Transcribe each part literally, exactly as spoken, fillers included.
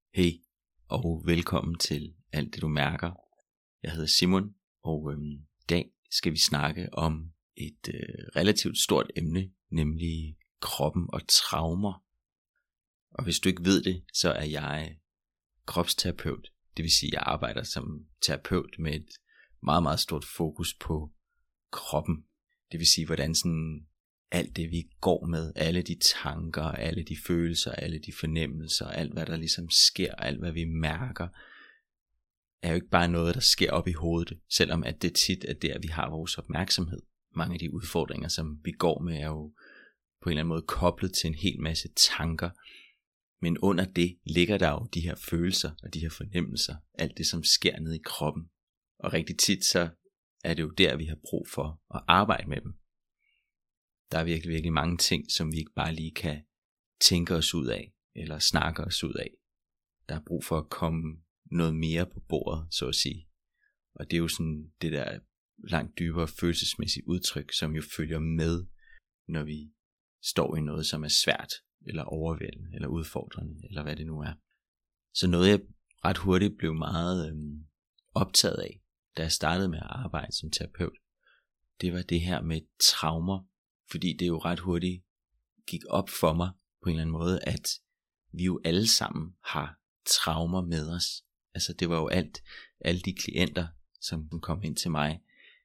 Hej og velkommen til Alt det du mærker. Jeg hedder Simon, og øhm, i dag skal vi snakke om et øh, relativt stort emne, nemlig kroppen og traumer. Og hvis du ikke ved det, så er jeg kropsterapeut. Det vil sige, at jeg arbejder som terapeut med et meget, meget stort fokus på kroppen. Det vil sige, hvordan sådan alt det vi går med, alle de tanker, alle de følelser, alle de fornemmelser, alt hvad der ligesom sker, alt hvad vi mærker, er jo ikke bare noget, der sker op i hovedet, selvom at det tit er der, vi har vores opmærksomhed. Mange af de udfordringer, som vi går med, er jo på en eller anden måde koblet til en hel masse tanker. Men under det ligger der jo de her følelser og de her fornemmelser, alt det som sker nede i kroppen. Og rigtig tit så er det jo der, vi har brug for at arbejde med dem. Der er virkelig, virkelig mange ting, som vi ikke bare lige kan tænke os ud af, eller snakke os ud af. Der er brug for at komme noget mere på bordet, så at sige. Og det er jo sådan det der langt dybere følelsesmæssige udtryk, som jo følger med, når vi står i noget, som er svært, eller overvældende, eller udfordrende, eller hvad det nu er. Så noget jeg ret hurtigt blev meget øhm, optaget af, da jeg startede med at arbejde som terapeut, det var det her med traumer. Fordi det jo ret hurtigt gik op for mig på en eller anden måde, at vi jo alle sammen har traumer med os. Altså det var jo alt, alle de klienter, som kom ind til mig,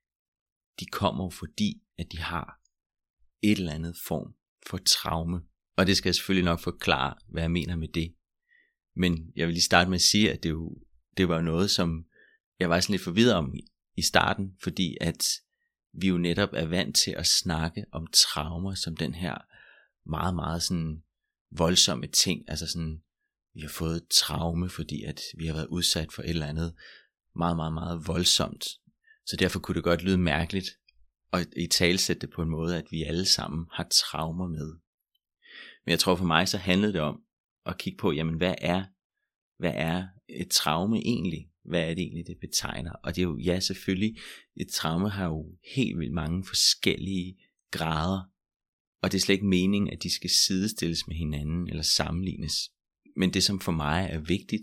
de kommer jo fordi, at de har et eller andet form for traume. Og det skal jeg selvfølgelig nok forklare, hvad jeg mener med det. Men jeg vil lige starte med at sige, at det, jo, det var noget, som jeg var sådan lidt forvirret om i starten, fordi at vi jo netop er vant til at snakke om traumer som den her meget, meget sådan voldsomme ting. Altså sådan, vi har fået et traume, fordi at vi har været udsat for et eller andet meget, meget, meget voldsomt. Så derfor kunne det godt lyde mærkeligt at italesætte det på en måde, at vi alle sammen har traumer med. Men jeg tror for mig, så handlede det om at kigge på, jamen hvad er, hvad er et traume egentlig? Hvad er det egentlig, det betegner? Og det er jo, ja selvfølgelig, et traume har jo helt vildt mange forskellige grader. Og det er slet ikke meningen, at de skal sidestilles med hinanden eller sammenlignes. Men det som for mig er vigtigt,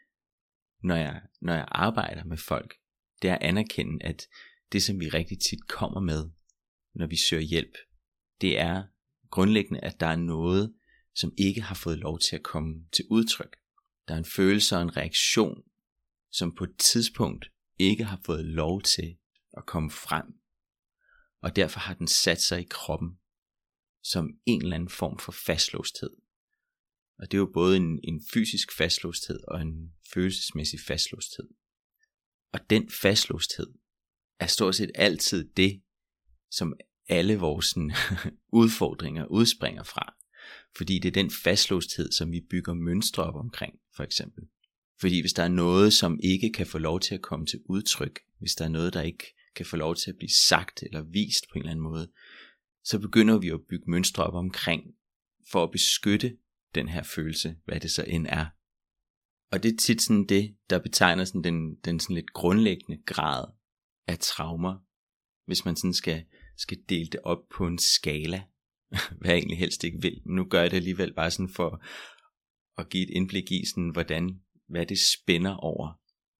når jeg, når jeg arbejder med folk, det er at anerkende, at det som vi rigtig tit kommer med, når vi søger hjælp, det er grundlæggende, at der er noget, som ikke har fået lov til at komme til udtryk. Der er en følelse og en reaktion, som på et tidspunkt ikke har fået lov til at komme frem. Og derfor har den sat sig i kroppen som en eller anden form for fastlåsthed. Og det er jo både en, en fysisk fastlåsthed og en følelsesmæssig fastlåsthed. Og den fastlåsthed er stort set altid det, som alle vores udfordringer udspringer fra. Fordi det er den fastlåsthed, som vi bygger mønstre op omkring, for eksempel. Fordi hvis der er noget, som ikke kan få lov til at komme til udtryk, hvis der er noget, der ikke kan få lov til at blive sagt eller vist på en eller anden måde, så begynder vi at bygge mønstre op omkring, for at beskytte den her følelse, hvad det så end er. Og det er tit sådan det, der betegner sådan den, den sådan lidt grundlæggende grad af traumer, hvis man sådan skal, skal dele det op på en skala, hvad jeg egentlig helst ikke vil. Men nu gør jeg det alligevel bare sådan for at give et indblik i, sådan, hvordan hvad det spænder over.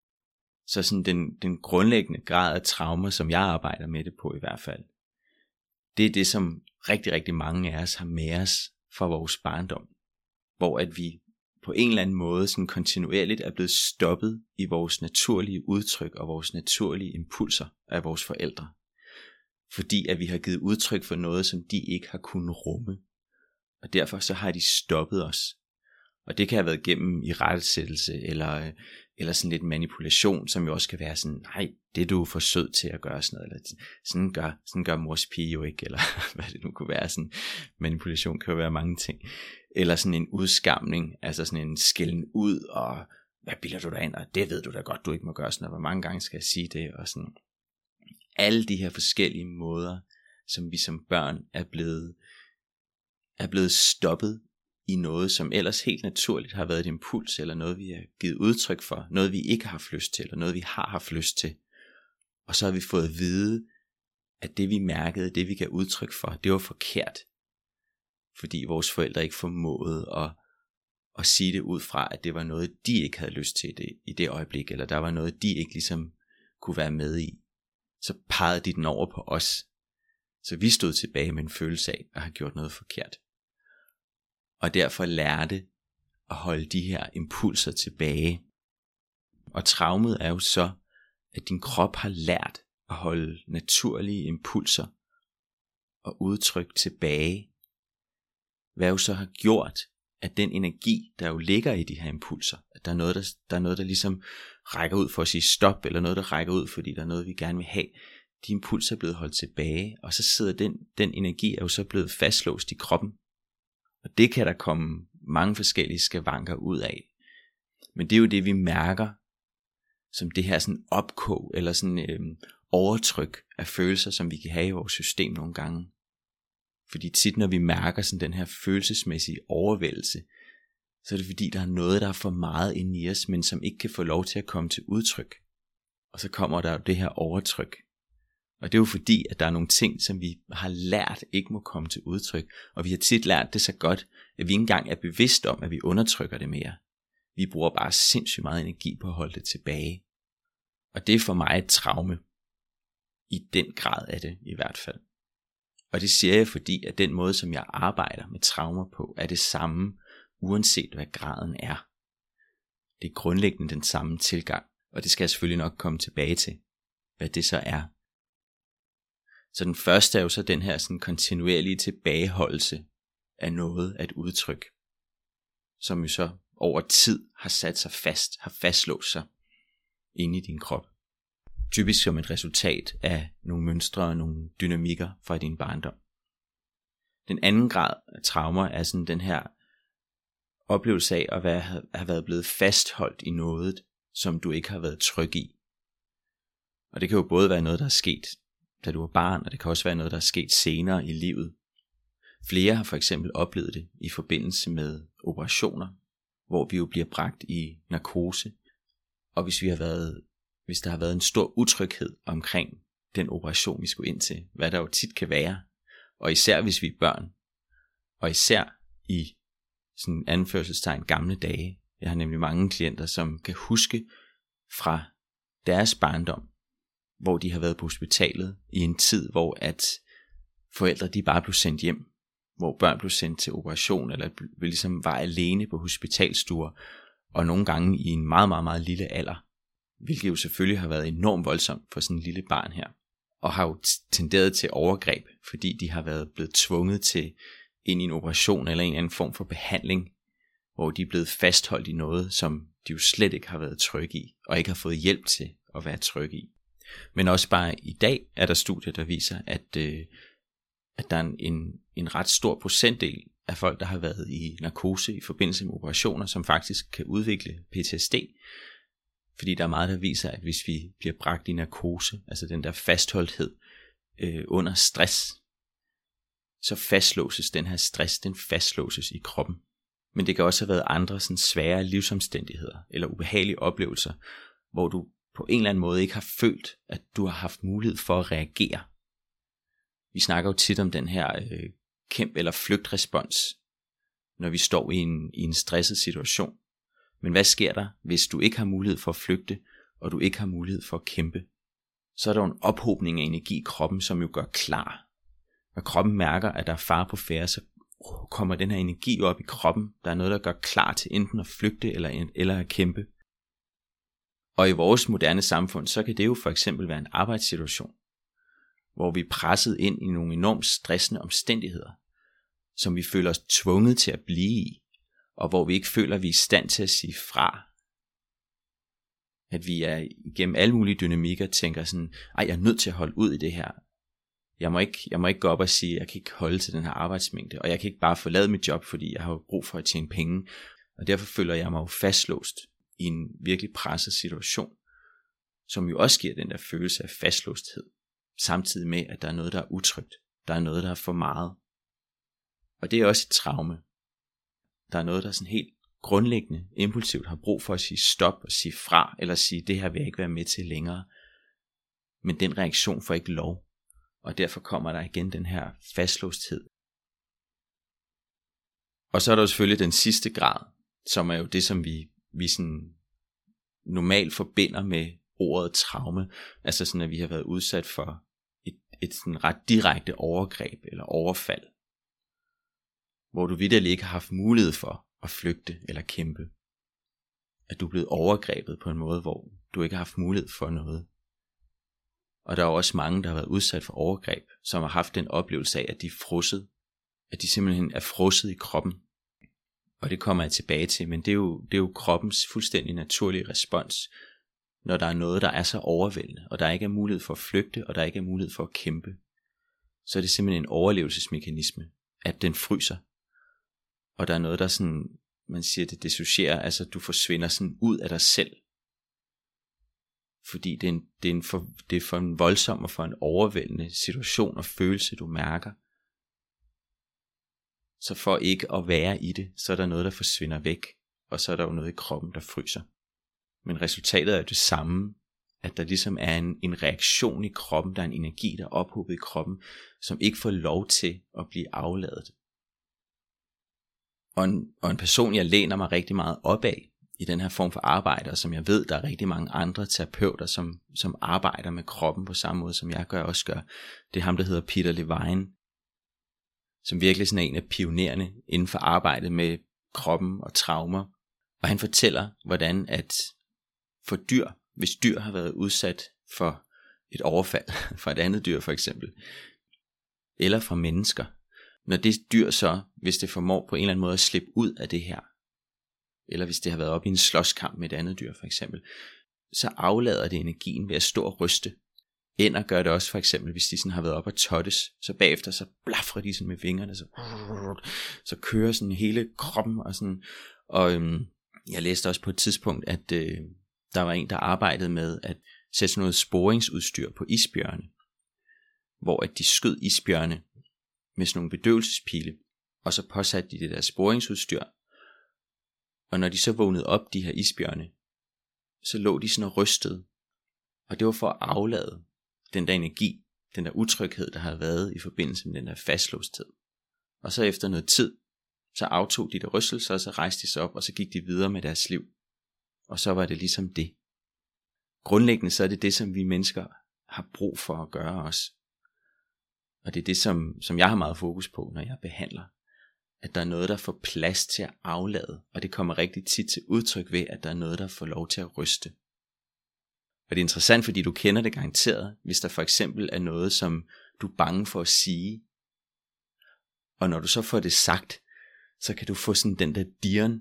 Så sådan den, den grundlæggende grad af traumer, som jeg arbejder med det på i hvert fald, det er det, som rigtig, rigtig mange af os har med os fra vores barndom. Hvor at vi på en eller anden måde sådan kontinuerligt er blevet stoppet i vores naturlige udtryk og vores naturlige impulser af vores forældre. Fordi at vi har givet udtryk for noget, som de ikke har kunnet rumme. Og derfor så har de stoppet os. Og det kan have været gennem irettesættelse eller, eller sådan lidt manipulation, som jo også kan være sådan, nej, det er du for sød til at gøre sådan noget, eller sådan gør, sådan gør mors pige jo ikke, eller hvad det nu kunne være. Sådan manipulation kan jo være mange ting. Eller sådan en udskamning, altså sådan en skælden ud, og hvad bilder du dig ind, og det ved du da godt, du ikke må gøre sådan noget, hvor mange gange skal jeg sige det, og sådan. Alle de her forskellige måder, som vi som børn er blevet, er blevet stoppet i noget, som ellers helt naturligt har været et impuls, eller noget vi har givet udtryk for, noget vi ikke har haft lyst til, eller noget vi har haft lyst til. Og så har vi fået at vide, at det vi mærkede, det vi gav udtryk for, det var forkert. Fordi vores forældre ikke formåede at, og sige det ud fra, at det var noget, de ikke havde lyst til det, i det øjeblik, eller der var noget, de ikke ligesom kunne være med i. Så pegede de den over på os. Så vi stod tilbage med en følelse af at have gjort noget forkert. Og derfor lærte at holde de her impulser tilbage. Og traumet er jo så, at din krop har lært at holde naturlige impulser og udtryk tilbage. Hvad jo så har gjort, at den energi, der jo ligger i de her impulser, at der er noget, der, der, er noget, der ligesom rækker ud for at sige stop, eller noget, der rækker ud, fordi der er noget, vi gerne vil have. De impulser er blevet holdt tilbage, og så sidder den, den energi er jo så blevet fastlåst i kroppen. Og det kan der komme mange forskellige skavanker ud af. Men det er jo det, vi mærker, som det her sådan opkog, eller sådan øhm, overtryk af følelser, som vi kan have i vores system nogle gange. Fordi tit når vi mærker sådan den her følelsesmæssige overvældelse, så er det fordi der er noget, der er for meget inde i os, men som ikke kan få lov til at komme til udtryk. Og så kommer der jo det her overtryk. Og det er jo fordi, at der er nogle ting, som vi har lært ikke må komme til udtryk. Og vi har tit lært det så godt, at vi ikke engang er bevidst om, at vi undertrykker det mere. Vi bruger bare sindssygt meget energi på at holde det tilbage. Og det er for mig et traume. I den grad af det i hvert fald. Og det siger jeg, fordi at den måde, som jeg arbejder med traumer på, er det samme, uanset hvad graden er. Det er grundlæggende den samme tilgang, og det skal jeg selvfølgelig nok komme tilbage til, hvad det så er. Så den første er jo så den her sådan kontinuerlige tilbageholdelse af noget af et udtryk, som jo så over tid har sat sig fast, har fastlåst sig inde i din krop. Typisk som et resultat af nogle mønstre og nogle dynamikker fra din barndom. Den anden grad af traumer er sådan den her oplevelse af at være, have været blevet fastholdt i noget, som du ikke har været tryg i. Og det kan jo både være noget, der er sket, da du var barn, og det kan også være noget, der er sket senere i livet. Flere har for eksempel oplevet det i forbindelse med operationer, hvor vi jo bliver bragt i narkose. Og hvis vi har været Hvis der har været en stor utryghed omkring den operation, vi skulle ind til, hvad der jo tit kan være, og især hvis vi er børn, og især i sådan anførselstegn gamle dage. Jeg har nemlig mange klienter, som kan huske fra deres barndom, hvor de har været på hospitalet i en tid, hvor at forældre de bare blev sendt hjem, hvor børn blev sendt til operation, eller ligesom var alene på hospitalstuer, og nogle gange i en meget, meget, meget lille alder. Hvilket jo selvfølgelig har været enormt voldsomt for sådan en lille barn her. Og har jo tenderet til overgreb, fordi de har været blevet tvunget til ind i en operation eller en anden form for behandling, hvor de er blevet fastholdt i noget, som de jo slet ikke har været trygge i, og ikke har fået hjælp til at være trygge i. Men også bare i dag er der studier, der viser, at, øh, at der er en, en ret stor procentdel af folk, der har været i narkose i forbindelse med operationer, som faktisk kan udvikle P T S D. Fordi der er meget, der viser, at hvis vi bliver bragt i narkose, altså den der fastholdthed øh, under stress, så fastlåses den her stress, den fastlåses i kroppen. Men det kan også have været andre sådan svære livsomstændigheder, eller ubehagelige oplevelser, hvor du på en eller anden måde ikke har følt, at du har haft mulighed for at reagere. Vi snakker jo tit om den her øh, kæmp- eller flygtrespons, når vi står i en, i en stresset situation. Men hvad sker der, hvis du ikke har mulighed for at flygte, og du ikke har mulighed for at kæmpe? Så er der jo en ophobning af energi i kroppen, som jo gør klar. Når kroppen mærker, at der er fare på færde, så kommer den her energi op i kroppen. Der er noget, der gør klar til enten at flygte eller, eller at kæmpe. Og i vores moderne samfund, så kan det jo for eksempel være en arbejdssituation, hvor vi er presset ind i nogle enormt stressende omstændigheder, som vi føler os tvunget til at blive i. Og hvor vi ikke føler, at vi er i stand til at sige fra. At vi er igennem alle mulige dynamikker tænker sådan, ej, jeg er nødt til at holde ud i det her. Jeg må ikke, jeg må ikke gå op og sige, jeg kan ikke holde til den her arbejdsmængde, og jeg kan ikke bare forlade mit job, fordi jeg har jo brug for at tjene penge. Og derfor føler jeg mig jo fastlåst i en virkelig presset situation, som jo også giver den der følelse af fastlåsthed, samtidig med, at der er noget, der er utrygt. Der er noget, der er for meget. Og det er også et traume. Der er noget, der sådan helt grundlæggende, impulsivt har brug for at sige stop og sige fra, eller sige, det her vil jeg ikke være med til længere. Men den reaktion får ikke lov, og derfor kommer der igen den her fastlåsthed. Og så er der jo selvfølgelig den sidste grad, som er jo det, som vi, vi sådan normalt forbinder med ordet traume, altså sådan, at vi har været udsat for et, et sådan ret direkte overgreb eller overfald, hvor du vitterligt ikke har haft mulighed for at flygte eller kæmpe. At du er blevet overgrebet på en måde, hvor du ikke har haft mulighed for noget. Og der er også mange, der har været udsat for overgreb, som har haft den oplevelse af, at de er frosset, at de simpelthen er frosset i kroppen. Og det kommer jeg tilbage til, men det er jo, det er jo kroppens fuldstændig naturlige respons, når der er noget, der er så overvældende, og der ikke er mulighed for at flygte, og der ikke er mulighed for at kæmpe. Så er det simpelthen en overlevelsesmekanisme, at den fryser. Og der er noget, der sådan, man siger det dissocierer, altså du forsvinder sådan ud af dig selv. Fordi det er, en, det, er en for, det er for en voldsom og for en overvældende situation og følelse, du mærker. Så for ikke at være i det, så er der noget, der forsvinder væk, og så er der jo noget i kroppen, der fryser. Men resultatet er det samme, at der ligesom er en, en reaktion i kroppen, der er en energi, der er ophobet i kroppen, som ikke får lov til at blive afladet. Og en, og en person, jeg læner mig rigtig meget op af i den her form for arbejde, og som jeg ved, der er rigtig mange andre terapeuter, som, som arbejder med kroppen på samme måde, som jeg gør også gør. Det er ham, der hedder Peter Levine, som virkelig sådan er en af pionererne inden for arbejdet med kroppen og traumer. Og han fortæller, hvordan at for dyr, hvis dyr har været udsat for et overfald fra et andet dyr for eksempel, eller fra mennesker, når det dyr så, hvis det formår på en eller anden måde at slippe ud af det her, eller hvis det har været op i en slåskamp med et andet dyr for eksempel, så aflader det energien ved at stå og ryste. Ænder gør det også for eksempel, hvis de sådan har været op og tottes, så bagefter så blafrer de sådan med vingerne, så, så kører sådan hele kroppen og sådan. Og øhm, jeg læste også på et tidspunkt, at øh, der var en, der arbejdede med at sætte noget sporingsudstyr på isbjørne, hvor at de skød isbjørne med sådan nogle bedøvelsespile, og så påsatte de det der sporingsudstyr. Og når de så vågnede op, de her isbjørne, så lå de sådan og rystede. Og det var for at aflade den der energi, den der utryghed, der havde været i forbindelse med den der fastlåsthed. Og så efter noget tid, så aftog de der rystelser, og så rejste de sig op, og så gik de videre med deres liv. Og så var det ligesom det. Grundlæggende så er det det, som vi mennesker har brug for at gøre os. Og det er det, som, som jeg har meget fokus på, når jeg behandler. At der er noget, der får plads til at aflade. Og det kommer rigtig tit til udtryk ved, at der er noget, der får lov til at ryste. Og det er interessant, fordi du kender det garanteret, hvis der for eksempel er noget, som du er bange for at sige. Og når du så får det sagt, så kan du få sådan den der dirren.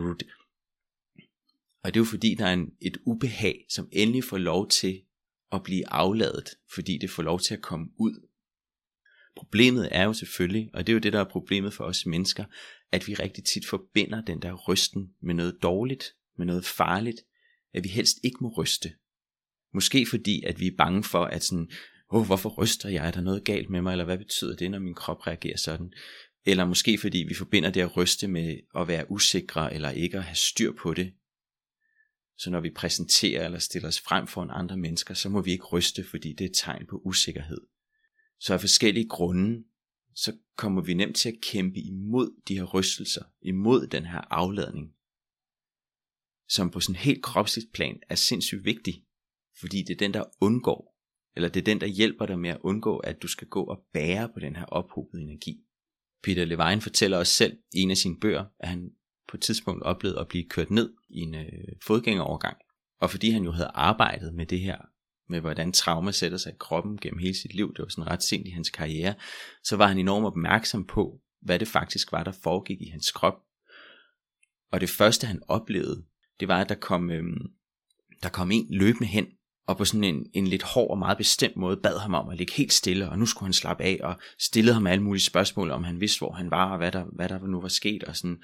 Og det er jo fordi, der er en, et ubehag, som endelig får lov til at blive afladet, fordi det får lov til at komme ud. Problemet er jo selvfølgelig, og det er jo det, der er problemet for os mennesker, at vi rigtig tit forbinder den der rysten med noget dårligt, med noget farligt, at vi helst ikke må ryste. Måske fordi, at vi er bange for, at sådan, åh, hvorfor ryster jeg? Er der noget galt med mig? Eller hvad betyder det, når min krop reagerer sådan? Eller måske fordi, vi forbinder det at ryste med at være usikre, eller ikke at have styr på det. Så når vi præsenterer eller stiller os frem for en andre mennesker, så må vi ikke ryste, fordi det er et tegn på usikkerhed. Så af forskellige grunde, så kommer vi nemt til at kæmpe imod de her rystelser, imod den her afladning, som på sådan helt kropsligt plan er sindssygt vigtig, fordi det er den, der undgår, eller det er den, der hjælper dig med at undgå, at du skal gå og bære på den her ophobede energi. Peter Levine fortæller også selv i en af sine bøger, at han på et tidspunkt oplevede at blive kørt ned i en øh, fodgængerovergang. Og fordi han jo havde arbejdet med det her, med hvordan trauma sætter sig i kroppen gennem hele sit liv, det var sådan ret sent i hans karriere, så var han enormt opmærksom på, hvad det faktisk var, der foregik i hans krop. Og det første han oplevede, det var, at der kom, øh, der kom en løbende hen, og på sådan en, en lidt hård og meget bestemt måde bad ham om at ligge helt stille, og nu skulle han slappe af, og stillede ham alle mulige spørgsmål, om han vidste, hvor han var, og hvad der, hvad der nu var sket, og sådan.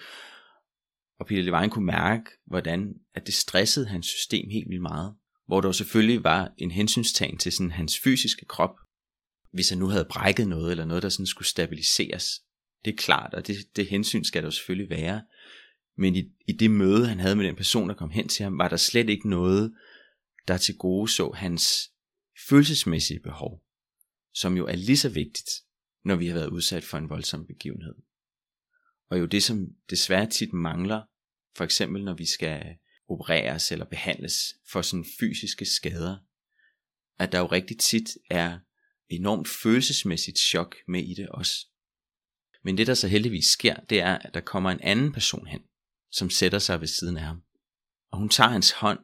Og Peter Levine kunne mærke, hvordan at det stressede hans system helt vildt meget, hvor der selvfølgelig var en hensynstagen til sådan hans fysiske krop, hvis han nu havde brækket noget, eller noget, der sådan skulle stabiliseres. Det er klart, og det, det hensyn skal der jo selvfølgelig være. Men i, i det møde, han havde med den person, der kom hen til ham, var der slet ikke noget, der til gode så hans følelsesmæssige behov, som jo er lige så vigtigt, når vi har været udsat for en voldsom begivenhed. Og jo det, som desværre tit mangler For eksempel når vi skal opereres eller behandles for sådan fysiske skader, at der jo rigtig tit er enormt følelsesmæssigt chok med i det også. Men det der så heldigvis sker, det er, at der kommer en anden person hen, som sætter sig ved siden af ham. Og hun tager hans hånd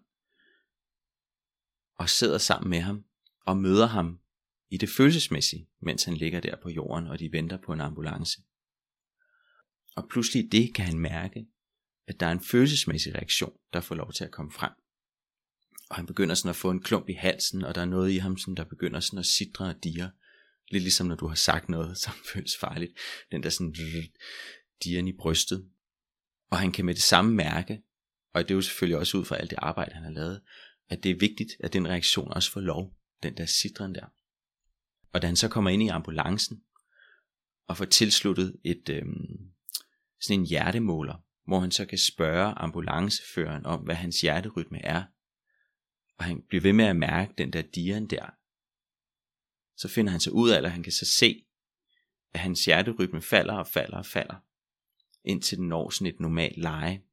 og sidder sammen med ham og møder ham i det følelsesmæssige, mens han ligger der på jorden, og de venter på en ambulance. Og pludselig det kan han mærke, at der er en følelsesmæssig reaktion, der får lov til at komme frem. Og han begynder sådan at få en klump i halsen, og der er noget i ham, sådan, der begynder sådan at sidre og dirre. Lidt ligesom når du har sagt noget, som føles farligt. Den der sådan dirren i brystet. Og han kan med det samme mærke, og det er jo selvfølgelig også ud fra alt det arbejde, han har lavet, at det er vigtigt, at den reaktion også får lov, den der sidren der. Og da han så kommer ind i ambulancen, og får tilsluttet et, øhm, sådan en hjertemåler, hvor han så kan spørge ambulanceføreren om, hvad hans hjerterytme er, og han bliver ved med at mærke den der dirren der, så finder han så ud af, at han kan så se, at hans hjerterytme falder og falder og falder, indtil den når sådan et normalt leje.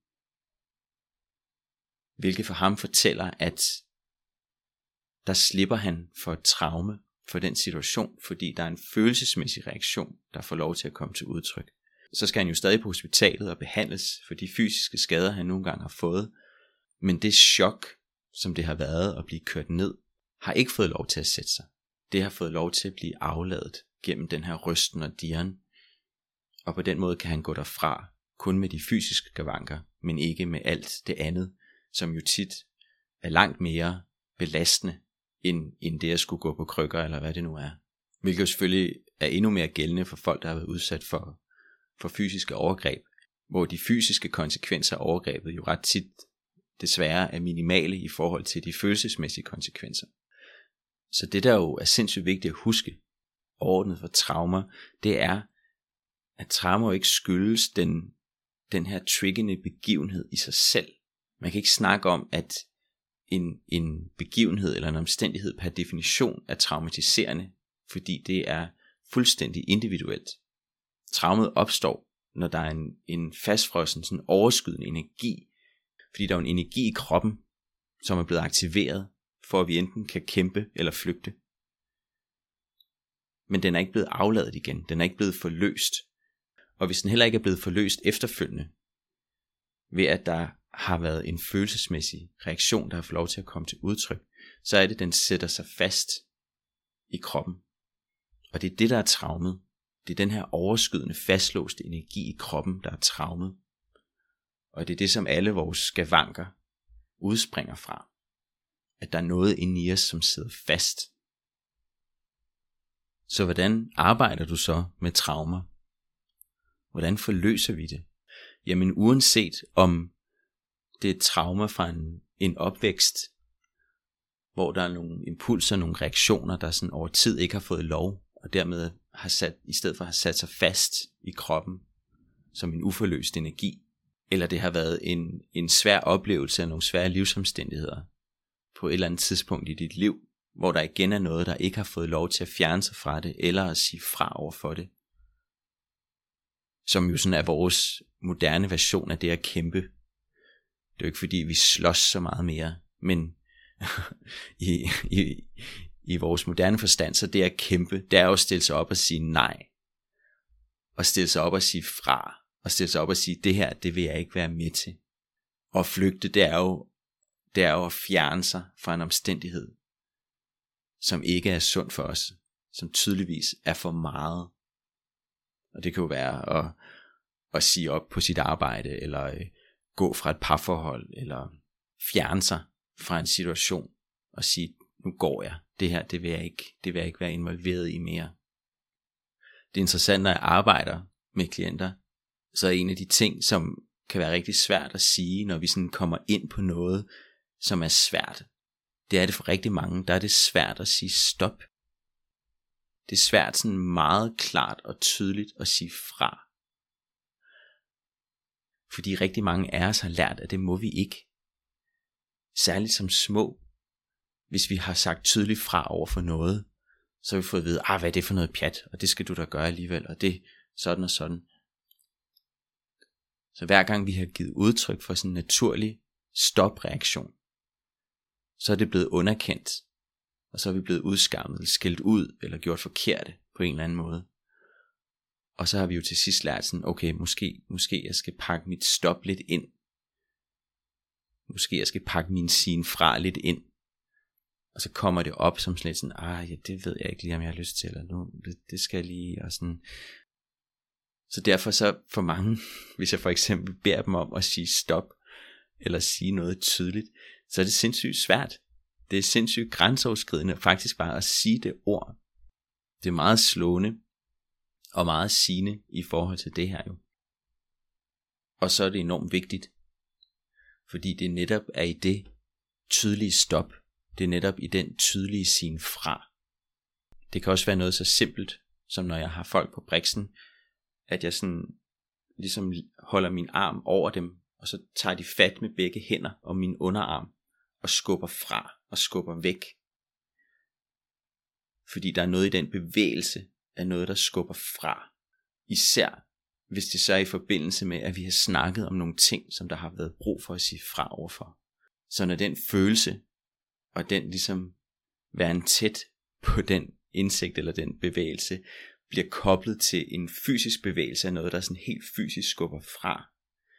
Hvilket for ham fortæller, at der slipper han for et traume for den situation, fordi der er en følelsesmæssig reaktion, der får lov til at komme til udtryk. Så skal han jo stadig på hospitalet og behandles for de fysiske skader, han nogle gange har fået. Men det chok, som det har været at blive kørt ned, har ikke fået lov til at sætte sig. Det har fået lov til at blive afladet gennem den her rysten og dirren. Og på den måde kan han gå derfra, kun med de fysiske skavanker, men ikke med alt det andet, som jo tit er langt mere belastende, end, end det at skulle gå på krykker, eller hvad det nu er. Hvilket jo selvfølgelig er endnu mere gældende for folk, der har været udsat for, for fysiske overgreb, hvor de fysiske konsekvenser af overgrebet jo ret tit desværre er minimale i forhold til de følelsesmæssige konsekvenser. Så det der jo er sindssygt vigtigt at huske, overordnet for traumer, det er, at traumer jo ikke skyldes den, den her triggende begivenhed i sig selv. Man kan ikke snakke om, at en, en begivenhed eller en omstændighed per definition er traumatiserende, fordi det er fuldstændig individuelt. Traumet opstår, når der er en, en fastfrossen, sådan overskydende energi, fordi der er en energi i kroppen, som er blevet aktiveret, for at vi enten kan kæmpe eller flygte. Men den er ikke blevet afladet igen, den er ikke blevet forløst. Og hvis den heller ikke er blevet forløst efterfølgende, ved at der har været en følelsesmæssig reaktion, der har fået lov til at komme til udtryk, så er det, den sætter sig fast i kroppen. Og det er det, der er traumet. Det er den her overskydende, fastlåste energi i kroppen, der er traumet. Og det er det, som alle vores skavanker udspringer fra. At der er noget inde i os, som sidder fast. Så hvordan arbejder du så med traumer? Hvordan forløser vi det? Jamen uanset om det er et trauma fra en, en opvækst, hvor der er nogle impulser, nogle reaktioner, der sådan over tid ikke har fået lov, og dermed har sat, i stedet for har sat sig fast i kroppen, som en uforløst energi. Eller det har været en, en svær oplevelse af nogle svære livsomstændigheder, på et eller andet tidspunkt i dit liv, hvor der igen er noget, der ikke har fået lov til at fjerne sig fra det, eller at sige fra over for det. Som jo sådan er vores moderne version af det at kæmpe. Det er jo ikke fordi vi slås så meget mere, men i, i, i vores moderne forstand, så det at kæmpe, det er jo at stille sig op og sige nej. Og stille sig op og sige fra. Og stille sig op og sige, det her, det vil jeg ikke være med til. Og flygte, det er jo, det er jo at fjerne sig fra en omstændighed, som ikke er sund for os, som tydeligvis er for meget. Og det kan jo være at, at sige op på sit arbejde, eller øh, gå fra et parforhold, eller fjerne sig fra en situation, og sige, nu går jeg, det her, det vil jeg ikke, det vil jeg ikke være involveret i mere. Det er interessant, når jeg arbejder med klienter, så er en af de ting, som kan være rigtig svært at sige, når vi sådan kommer ind på noget, som er svært. Det er det for rigtig mange, der er det svært at sige stop. Det er svært sådan meget klart og tydeligt at sige fra. Fordi rigtig mange af os har lært, at det må vi ikke. Særligt som små. Hvis vi har sagt tydeligt fra over for noget, så har vi fået at vide, ah, hvad er det for noget pjat, og det skal du da gøre alligevel, og det sådan og sådan. Så hver gang vi har givet udtryk for sådan en naturlig stopreaktion, så er det blevet underkendt, og så er vi blevet udskammet, skældt ud, eller gjort forkerte på en eller anden måde. Og så har vi jo til sidst lært sådan, okay, måske, måske jeg skal pakke mit stop lidt ind. Måske jeg skal pakke min sin fra lidt ind. Og så kommer det op som sådan lidt sådan, ah ja, det ved jeg ikke lige, om jeg har lyst til, eller nu, det, det skal jeg lige, og sådan. Så derfor så for mange, hvis jeg for eksempel beder dem om at sige stop, eller sige noget tydeligt, så er det sindssygt svært. Det er sindssygt grænseoverskridende faktisk bare at sige det ord. Det er meget slående og meget sigende i forhold til det her jo. Og så er det enormt vigtigt, fordi det netop er i det tydelige stop, det er netop i den tydelige sin fra. Det kan også være noget så simpelt, som når jeg har folk på briksen, at jeg sådan ligesom holder min arm over dem, og så tager de fat med begge hænder om min underarm, og skubber fra og skubber væk. Fordi der er noget i den bevægelse af noget, der skubber fra. Især hvis det så er i forbindelse med, at vi har snakket om nogle ting, som der har været brug for at sige fra overfor. Så når den følelse, og den ligesom væren tæt på den indsigt eller den bevægelse, bliver koblet til en fysisk bevægelse af noget, der sådan helt fysisk skubber fra,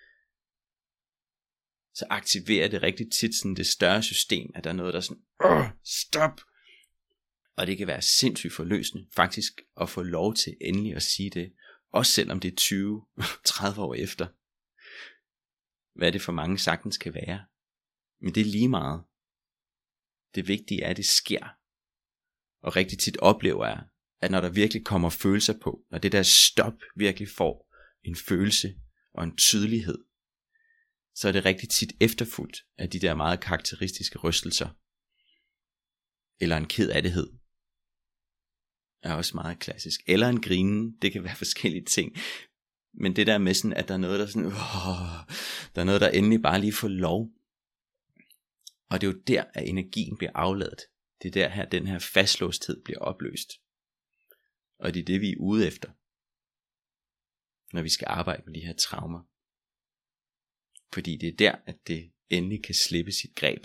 så aktiverer det rigtig tit sådan det større system, at der er noget, der sådan, åh, stop! Og det kan være sindssygt forløsende, faktisk, at få lov til endelig at sige det, også selvom det er tyve til tredive år efter. Hvad det for mange sagtens kan være. Men det er lige meget. Det vigtige er, at det sker. Og rigtig tit oplever jeg, at når der virkelig kommer følelser på, når det der stop virkelig får en følelse og en tydelighed, så er det rigtig tit efterfulgt af de der meget karakteristiske rystelser. Eller en kedattighed er også meget klassisk. Eller en grinen, det kan være forskellige ting. Men det der med sådan, at der er noget, der sådan, åh, der er noget, der endelig bare lige får lov. Og det er jo der, at energien bliver afladet. Det er der, her, den her fastlåsthed bliver opløst. Og det er det, vi er ude efter, når vi skal arbejde med de her traumer. Fordi det er der, at det endelig kan slippe sit greb.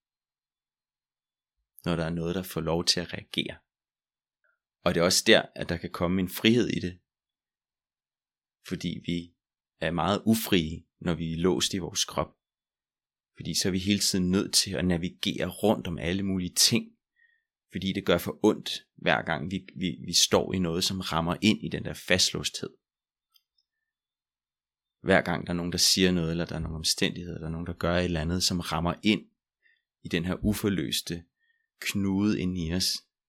Når der er noget, der får lov til at reagere. Og det er også der, at der kan komme en frihed i det. Fordi vi er meget ufrie, når vi er låst i vores krop. Fordi så er vi hele tiden nødt til at navigere rundt om alle mulige ting. Fordi det gør for ondt, hver gang vi, vi, vi står i noget, som rammer ind i den der fastlåsthed. Hver gang der er nogen, der siger noget, eller der er nogle omstændigheder, der er nogen, der gør et eller andet, som rammer ind i den her uforløste knude inde i os,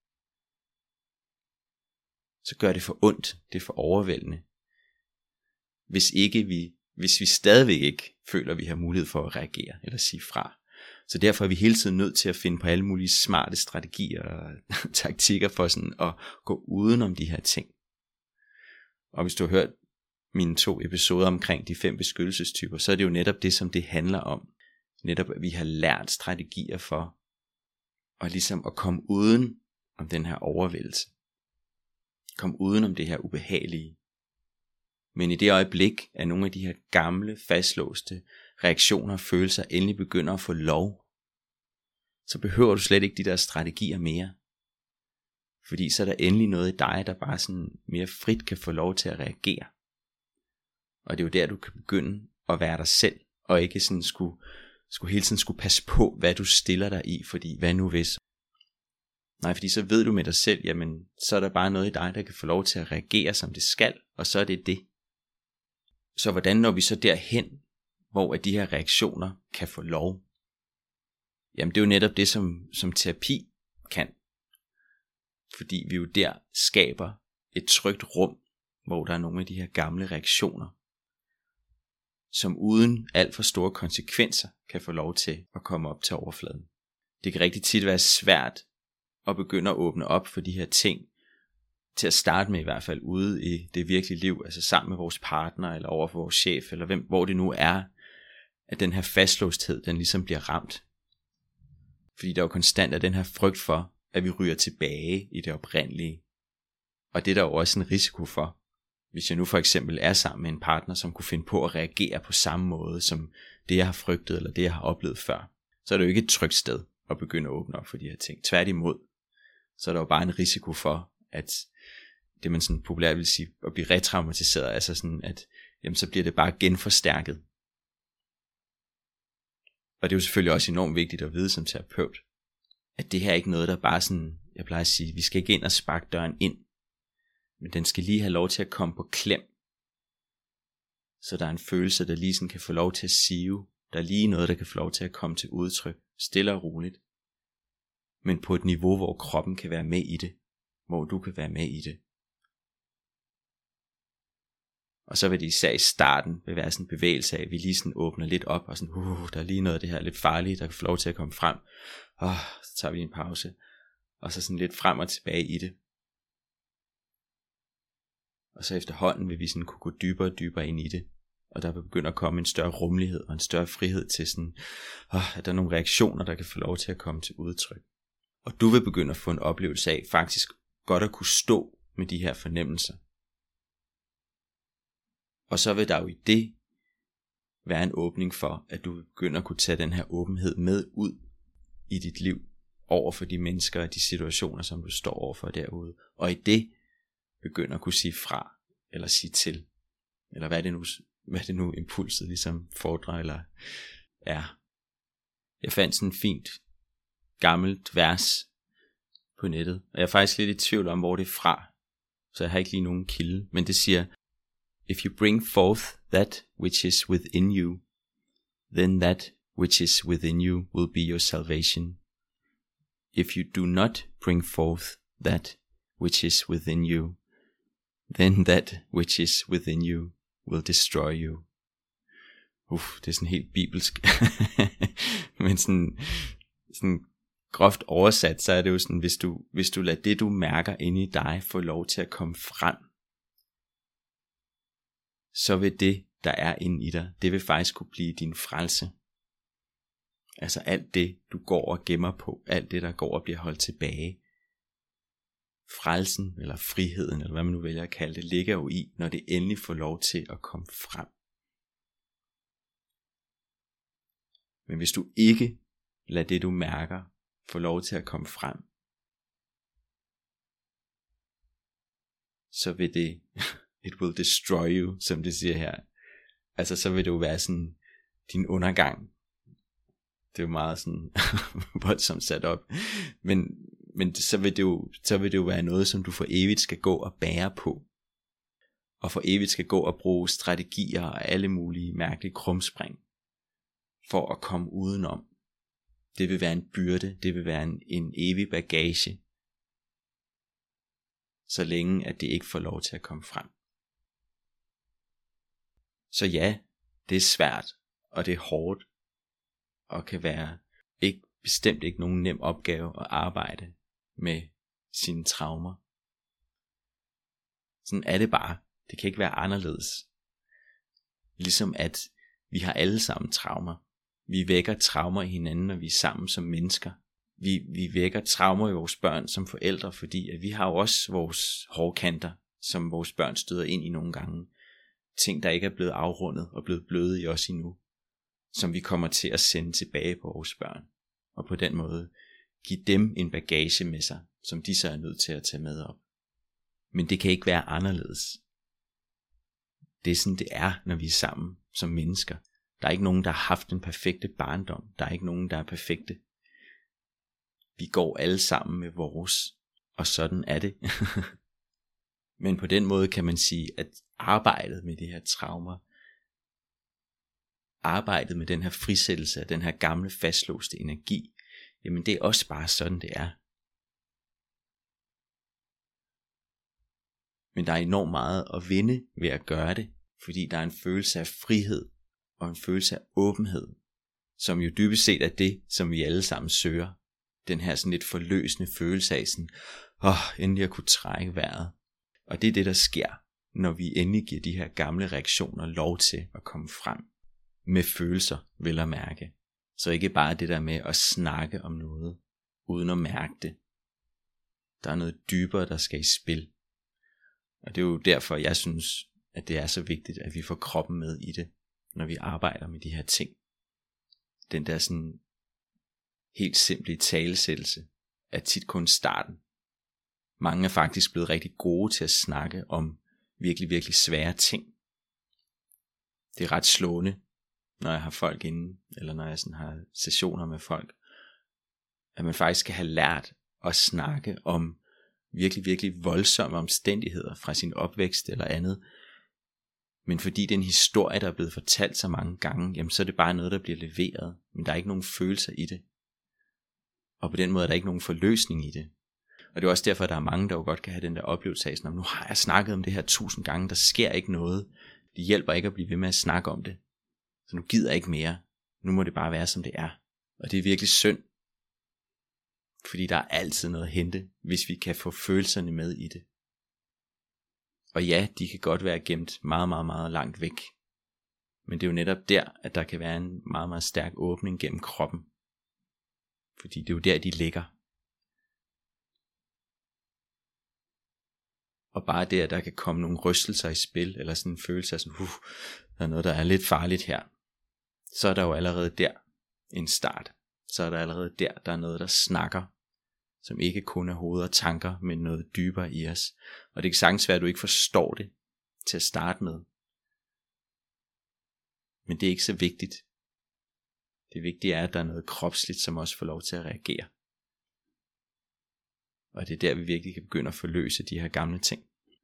så gør det for ondt, det er for overvældende. Hvis ikke vi, hvis vi stadigvæk ikke føler, at vi har mulighed for at reagere eller sige fra. Så derfor er vi hele tiden nødt til at finde på alle mulige smarte strategier og taktikker for sådan at gå udenom de her ting. Og hvis du har hørt mine to episoder omkring de fem beskyttelsestyper, så er det jo netop det, som det handler om. Netop at vi har lært strategier for at ligesom at komme uden om den her overvældelse. Kom uden om det her ubehagelige. Men i det øjeblik, at nogle af de her gamle, fastlåste reaktioner og følelser endelig begynder at få lov, så behøver du slet ikke de der strategier mere. Fordi så er der endelig noget i dig, der bare sådan mere frit kan få lov til at reagere. Og det er jo der, du kan begynde at være dig selv, og ikke sådan skulle, skulle hele tiden skulle passe på, hvad du stiller dig i, fordi hvad nu hvis? Nej, fordi så ved du med dig selv, jamen så er der bare noget i dig, der kan få lov til at reagere, som det skal, og så er det det. Så hvordan når vi så derhen, hvor at de her reaktioner kan få lov? Jamen det er jo netop det, som, som terapi kan. Fordi vi jo der skaber et trygt rum, hvor der er nogle af de her gamle reaktioner, som uden alt for store konsekvenser kan få lov til at komme op til overfladen. Det kan rigtig tit være svært at begynde at åbne op for de her ting, til at starte med i hvert fald ude i det virkelige liv, altså sammen med vores partner, eller over for vores chef, eller hvem, hvor det nu er, at den her fastlåsthed, den ligesom bliver ramt. Fordi der er jo konstant er den her frygt for, at vi ryger tilbage i det oprindelige. Og det er der jo også en risiko for, Hvis jeg nu for eksempel er sammen med en partner, som kunne finde på at reagere på samme måde, som det jeg har frygtet, eller det jeg har oplevet før, så er det jo ikke et trygt sted at begynde at åbne op for de her ting. Tværtimod, så er der jo bare en risiko for, at det man sådan populært vil sige, at blive retraumatiseret, altså sådan, at jamen, så bliver det bare genforstærket. Og det er jo selvfølgelig også enormt vigtigt at vide som terapeut, at det her er ikke noget, der bare sådan, jeg plejer at sige, vi skal ikke ind og sparke døren ind, men den skal lige have lov til at komme på klem, så der er en følelse, der lige sådan kan få lov til at sive, der er lige noget, der kan få lov til at komme til udtryk, stille og roligt, men på et niveau, hvor kroppen kan være med i det, hvor du kan være med i det. Og så vil det især i starten vil være sådan en bevægelse af, at vi lige sådan åbner lidt op, og sådan, uh, der er lige noget af det her lidt farlige, der kan få lov til at komme frem. Oh, så tager vi en pause, og så sådan lidt frem og tilbage i det. Og så efterhånden vil vi sådan kunne gå dybere og dybere ind i det, og der vil begynde at komme en større rummelighed og en større frihed til sådan, oh, at der er nogle reaktioner, der kan få lov til at komme til udtryk. Og du vil begynde at få en oplevelse af faktisk godt at kunne stå med de her fornemmelser. Og så vil der jo i det være en åbning for, at du begynder at kunne tage den her åbenhed med ud i dit liv, over for de mennesker og de situationer, som du står overfor derude. Og i det begynder at kunne sige fra, eller sige til, eller hvad er det nu, hvad er det nu impulset ligesom fordrer, eller er. Jeg fandt sådan et fint, gammelt vers på nettet, og jeg er faktisk lidt i tvivl om, hvor det er fra, så jeg har ikke lige nogen kilde, men det siger, if you bring forth that which is within you, then that which is within you will be your salvation. If you do not bring forth that which is within you, then that which is within you will destroy you. Uff, det er sådan helt bibelsk. Men sådan, sådan groft oversat, så er det jo sådan, hvis du, hvis du lader det, du mærker inde i dig, få lov til at komme frem, så vil det, der er inde i dig, det vil faktisk kunne blive din frelse. Altså alt det, du går og gemmer på, alt det, der går og bliver holdt tilbage. Frelsen, eller friheden, eller hvad man nu vælger at kalde det, ligger jo i, når det endelig får lov til at komme frem. Men hvis du ikke lader det, du mærker, få lov til at komme frem, så vil det, it will destroy you, som det siger her. Altså så vil det jo være sådan, din undergang. Det er jo meget sådan voldsomt sat op. Men, men så, vil det jo, så vil det jo være noget, som du for evigt skal gå og bære på. Og for evigt skal gå og bruge strategier og alle mulige mærkelige krumspring for at komme udenom. Det vil være en byrde, det vil være en, en evig bagage, så længe at det ikke får lov til at komme frem. Så ja, det er svært, og det er hårdt, og kan være ikke, bestemt ikke nogen nem opgave at arbejde med sine traumer. Sådan er det bare. Det kan ikke være anderledes. Ligesom at vi har alle sammen traumer. Vi vækker traumer i hinanden, når vi er sammen som mennesker. Vi, vi vækker traumer i vores børn som forældre, fordi at vi har jo også vores hårdkanter, som vores børn støder ind i nogle gange. Ting, der ikke er blevet afrundet og blevet bløde i os endnu, som vi kommer til at sende tilbage på vores børn. Og på den måde give dem en bagage med sig, som de så er nødt til at tage med op. Men det kan ikke være anderledes. Det er sådan det er, når vi er sammen som mennesker. Der er ikke nogen, der har haft en perfekte barndom. Der er ikke nogen, der er perfekte. Vi går alle sammen med vores, og sådan er det. Men på den måde kan man sige, at arbejdet med de her traumer, arbejdet med den her frisættelse af den her gamle fastlåste energi, jamen det er også bare sådan det er. Men der er enormt meget at vinde ved at gøre det, fordi der er en følelse af frihed og en følelse af åbenhed, som jo dybest set er det, som vi alle sammen søger. Den her sådan lidt forløsende følelse af sådan, åh, endelig at kunne trække vejret. Og det er det, der sker, når vi endelig giver de her gamle reaktioner lov til at komme frem. Med følelser, vel at mærke. Så ikke bare det der med at snakke om noget, uden at mærke det. Der er noget dybere, der skal i spil. Og det er jo derfor, jeg synes, at det er så vigtigt, at vi får kroppen med i det, når vi arbejder med de her ting. Den der sådan helt simple talesættelse er tit kun starten. Mange er faktisk blevet rigtig gode til at snakke om virkelig, virkelig svære ting. Det er ret slående, når jeg har folk inde, eller når jeg sådan har sessioner med folk, at man faktisk skal have lært at snakke om virkelig, virkelig voldsomme omstændigheder fra sin opvækst eller andet. Men fordi det er en historie, der er blevet fortalt så mange gange, jamen så er det bare noget, der bliver leveret, men der er ikke nogen følelser i det. Og på den måde er der ikke nogen forløsning i det. Og det er også derfor, at der er mange, der jo godt kan have den der oplevelse af, sådan, nu har jeg snakket om det her tusind gange, der sker ikke noget. Det hjælper ikke at blive ved med at snakke om det. Så nu gider jeg ikke mere. Nu må det bare være, som det er. Og det er virkelig synd. Fordi der er altid noget at hente, hvis vi kan få følelserne med i det. Og ja, de kan godt være gemt meget, meget, meget langt væk. Men det er jo netop der, at der kan være en meget, meget stærk åbning gennem kroppen. Fordi det er jo der, de ligger. Og bare det, at der kan komme nogle rystelser i spil, eller sådan en følelse af sådan, uh, der er noget, der er lidt farligt her. Så er der jo allerede der en start. Så er der allerede der, der er noget, der snakker, som ikke kun er hoved og tanker, men noget dybere i os. Og det kan sagtens være, at du ikke forstår det til at starte med. Men det er ikke så vigtigt. Det vigtige er, at der er noget kropsligt, som også får lov til at reagere. Og det er der, vi virkelig kan begynde at forløse de her gamle ting.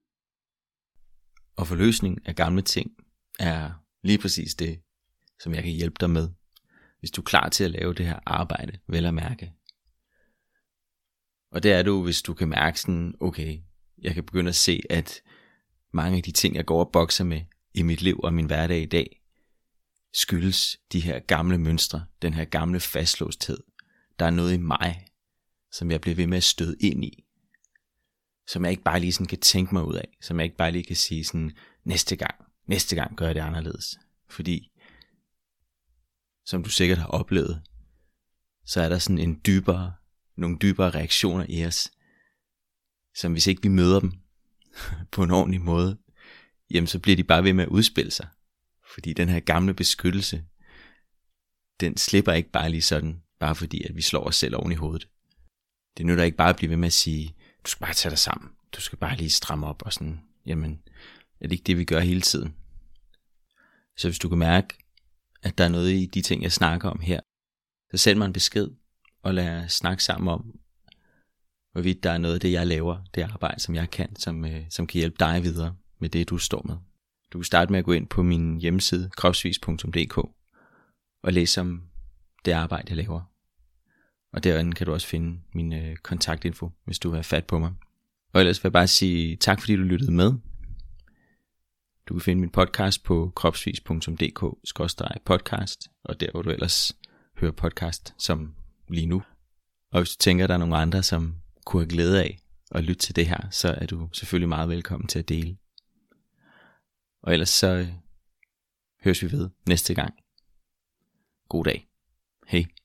Og forløsning af gamle ting er lige præcis det, som jeg kan hjælpe dig med, hvis du er klar til at lave det her arbejde, vel at mærke. Og det er du, hvis du kan mærke sådan, okay, jeg kan begynde at se, at mange af de ting, jeg går og bokser med i mit liv og min hverdag i dag, skyldes de her gamle mønstre, den her gamle fastlåsthed. Der er noget i mig, som jeg bliver ved med at støde ind i, som jeg ikke bare lige sådan kan tænke mig ud af, som jeg ikke bare lige kan sige sådan, næste gang, næste gang gør jeg det anderledes. Fordi, som du sikkert har oplevet, så er der sådan en dybere, nogle dybere reaktioner i os, som hvis ikke vi møder dem på en ordentlig måde, jamen så bliver de bare ved med at udspille sig. Fordi den her gamle beskyttelse, den slipper ikke bare lige sådan, bare fordi at vi slår os selv oven i hovedet. Det nytter ikke bare at blive ved med at sige, du skal bare tage dig sammen, du skal bare lige stramme op og sådan, jamen er det ikke det vi gør hele tiden. Så hvis du kan mærke, at der er noget i de ting jeg snakker om her, så send mig en besked, og lad os snakke sammen om, hvorvidt der er noget af det jeg laver, det arbejde som jeg kan, som, øh, som kan hjælpe dig videre med det du står med. Du kan starte med at gå ind på min hjemmeside kropsvis punktum d k og læse om det arbejde jeg laver. Og derinde kan du også finde min øh, kontaktinfo, hvis du vil have fat på mig. Og ellers vil jeg bare sige tak, fordi du lyttede med. Du kan finde min podcast på kropsvis punktum d k skråstreg podcast, og der hvor du ellers hører podcast som lige nu. Og hvis du tænker, at der er nogle andre, som kunne have glæde af at lytte til det her, så er du selvfølgelig meget velkommen til at dele. Og ellers så øh, høres vi ved næste gang. God dag. Hej.